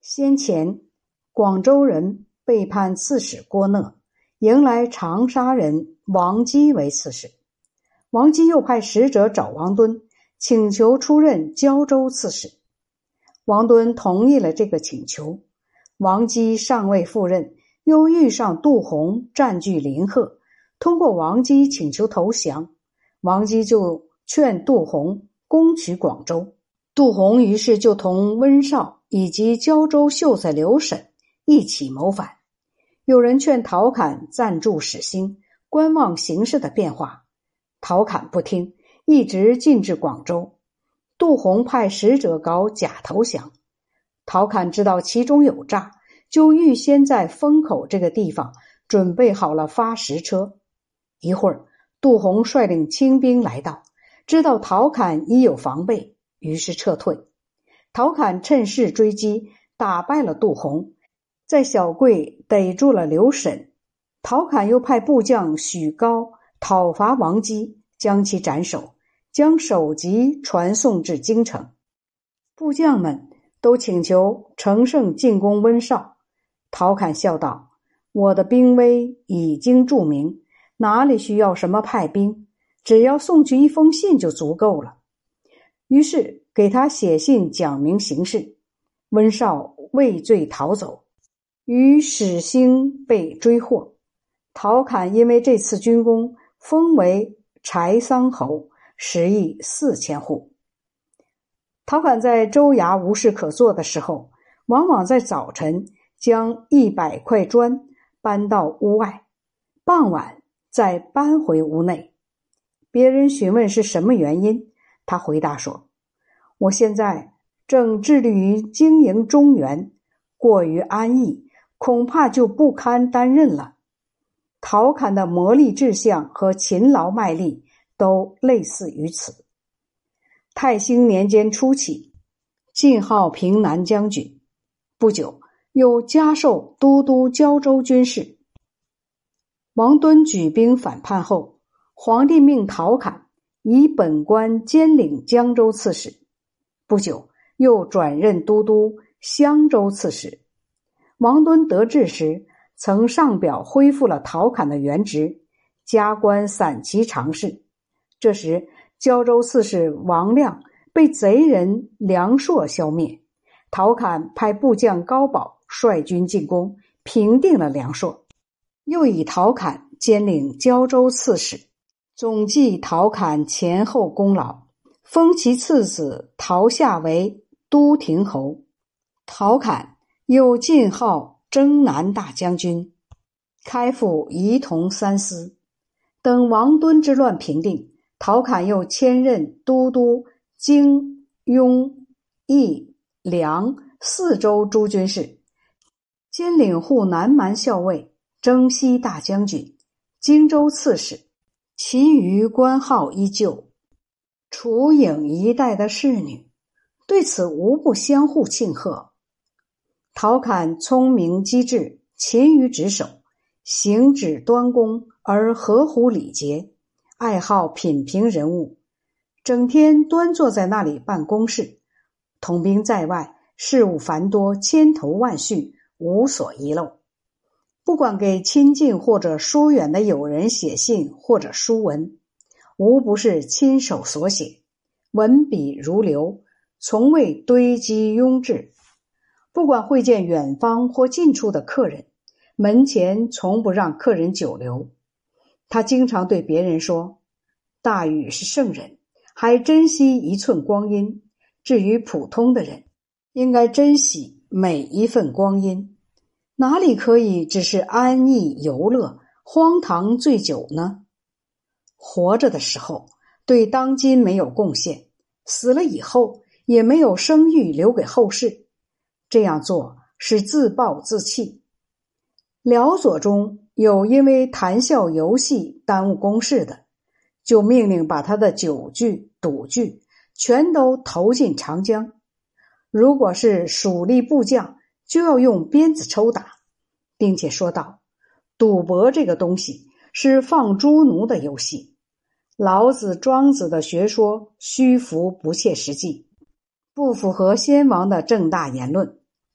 先前，广州人背叛刺史郭讷，迎来长沙人王基为刺史。王基又派使者找王敦，请求出任胶州刺史。王敦同意了这个请求。王基尚未赴任，又遇上杜洪占据临河，通过王基请求投降。王基就劝杜洪攻取广州。杜洪于是就同温绍以及胶州秀才刘审一起谋反。有人劝陶侃暂驻始兴，观望形势的变化。陶侃不听，一直进至广州。杜洪派使者搞假投降。陶侃知道其中有诈，就预先在风口这个地方准备好了发石车。一会儿，杜洪率领清兵来到，知道陶侃已有防备，于是撤退。陶侃趁势追击，打败了杜洪，在小桂逮住了刘审。陶侃又派部将许高讨伐王基，将其斩首，将首级传送至京城。部将们都请求乘胜进攻温绍。陶侃笑道：我的兵威已经著名，哪里需要什么派兵，只要送去一封信就足够了。于是给他写信讲明形势。温绍畏罪逃走，于始兴被追获。陶侃因为这次军功，封为柴桑侯，食邑4000户。陶侃在州衙无事可做的时候，往往在早晨将100块砖搬到屋外，傍晚再搬回屋内。别人询问是什么原因，他回答说：我现在正致力于经营中原，过于安逸，恐怕就不堪担任了。陶侃的磨砺志向和勤劳卖力都类似于此。泰兴年间初起，晋号平南将军，不久又加授都督胶州军事。王敦举兵反叛后，皇帝命陶侃以本官兼领江州刺史，不久又转任都督襄州刺史。王敦得志时，曾上表恢复了陶侃的原职，加官散骑常侍。这时胶州刺史王亮被贼人梁硕消灭，陶侃派部将高保率军进攻，平定了梁硕，又以陶侃兼领胶州刺史，总计陶侃前后功劳，封其次子陶夏为都亭侯。陶侃又进号征南大将军，开赴仪同三司。等王敦之乱平定，陶侃又迁任都督京、雍、益、梁4州诸军事，兼领护南蛮校尉、征西大将军、荆州刺史，其余官号依旧。楚郢一带的侍女对此无不相互庆贺。陶侃聪明机智，勤于职守，行止端恭而合乎礼节，爱好品评人物，整天端坐在那里办公事。统兵在外，事务繁多，千头万绪，无所遗漏。不管给亲近或者疏远的友人写信或者书文，无不是亲手所写，文笔如流，从未堆积庸滞。不管会见远方或近处的客人，门前从不让客人久留。他经常对别人说：大禹是圣人，还珍惜一寸光阴，至于普通的人，应该珍惜每一份光阴，哪里可以只是安逸游乐，荒唐醉酒呢？活着的时候对当今没有贡献，死了以后也没有声誉留给后世，这样做是自暴自弃。辽左中有因为谈笑游戏耽误公事的，就命令把他的酒具、赌具全都投进长江。如果是属吏部将，就要用鞭子抽打，并且说道：赌博这个东西是放猪奴的游戏，老子、庄子的学说虚浮不切实际，不符合先王的正大言论，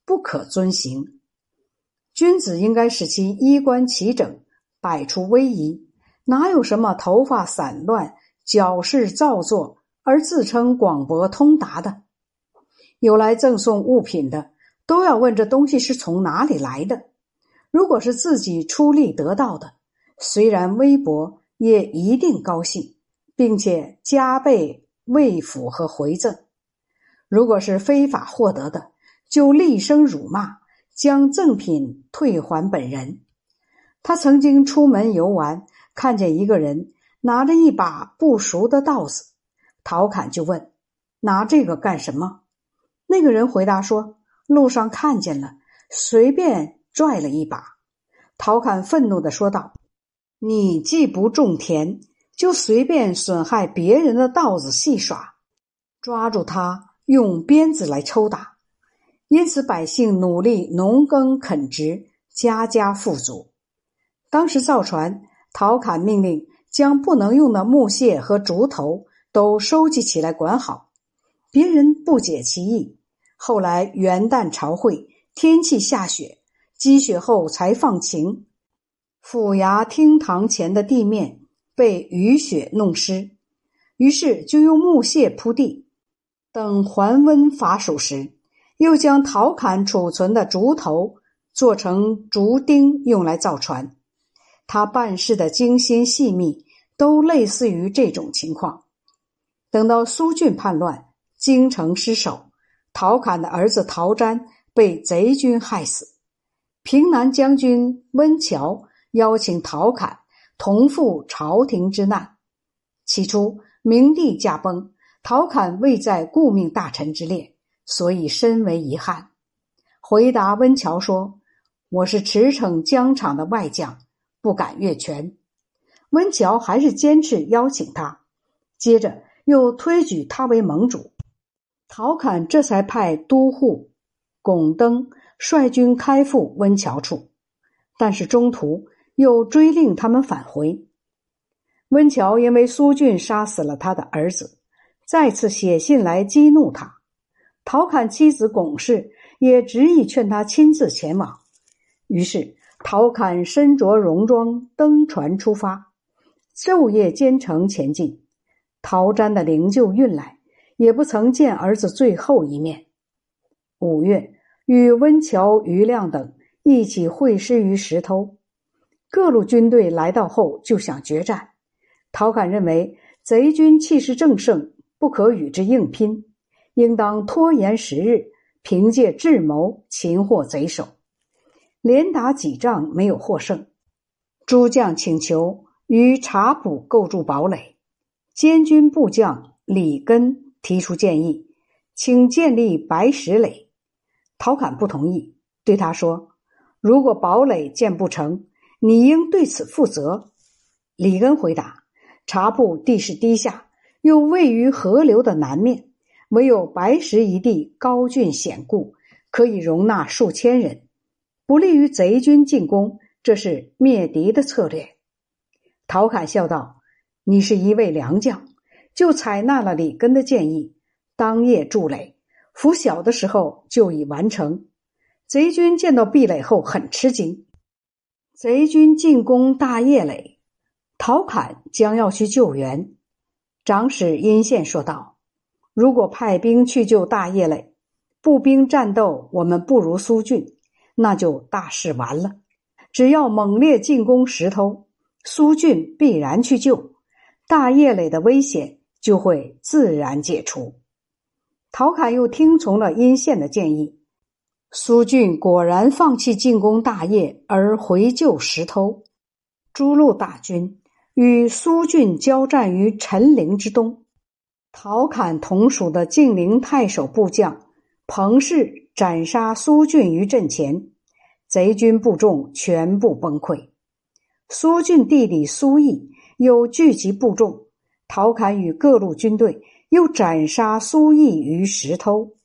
不可遵行。君子应该使其衣冠齐整，摆出威仪，哪有什么头发散乱、矫饰造作而自称广博通达的？有来赠送物品的，都要问这东西是从哪里来的。如果是自己出力得到的，虽然微薄，也一定高兴，并且加倍慰抚和回赠。如果是非法获得的，就厉声辱骂，将赠品退还本人。他曾经出门游玩，看见一个人拿着一把不熟的稻子，陶侃就问：拿这个干什么？那个人回答说：路上看见了，随便拽了一把。陶侃愤怒地说道：你既不种田，就随便损害别人的稻子戏耍，抓住他用鞭子来抽打。因此百姓努力农耕垦殖，家家富足。当时造船，陶侃命令将不能用的木屑和竹头都收集起来管好。别人不解其意，后来元旦朝会，天气下雪，积雪后才放晴，府衙厅堂前的地面被雨雪弄湿，于是就用木屑铺地。等还温伐蜀时，又将陶侃储存的竹头做成竹钉，用来造船。他办事的精心细密，都类似于这种情况。等到苏峻叛乱，京城失守，陶侃的儿子陶瞻被贼军害死。平南将军温峤邀请陶侃同赴朝廷之难。起初明帝驾崩，陶侃未在顾命大臣之列，所以深为遗憾。回答温峤说：我是驰骋疆场的外将，不敢越权。温峤还是坚持邀请他，接着又推举他为盟主。陶侃这才派都护龚登率军开赴温峤处，但是中途又追令他们返回。温峤因为苏峻杀死了他的儿子，再次写信来激怒他。陶侃妻子龚氏也执意劝他亲自前往，于是陶侃身着戎装登船出发，昼夜兼程前进。陶瞻的灵柩运来，也不曾见儿子最后一面。5月，与温峤、余亮等一起会师于石头。各路军队来到后就想决战。陶侃认为贼军气势正盛，不可与之硬拼，应当拖延时日，凭借智谋擒获贼首。连打几仗没有获胜，诸将请求于察浦构筑堡垒。监军部将李根提出建议，请建立白石垒。陶侃不同意，对他说：如果堡垒建不成，你应对此负责。李根回答：察浦地势低下，又位于河流的南面，唯有白石一地高峻险固，可以容纳数千人，不利于贼军进攻，这是灭敌的策略。陶侃笑道：你是一位良将，就采纳了李根的建议，当夜筑垒，拂晓的时候就已完成。贼军见到壁垒后很吃惊。贼军进攻大业垒，陶侃将要去救援。长史殷宪说道：如果派兵去救大业垒，步兵战斗我们不如苏峻，那就大事完了。只要猛烈进攻石头，苏峻必然去救，大业垒的危险就会自然解除。陶侃又听从了殷宪的建议，苏峻果然放弃进攻大业，而回救石头。诸路大军与苏峻交战于陈陵之东。陶侃同属的晋陵太守部将彭氏斩杀苏峻于阵前，贼军部众全部崩溃。苏峻弟弟苏毅又聚集部众，陶侃与各路军队又斩杀苏毅于石头。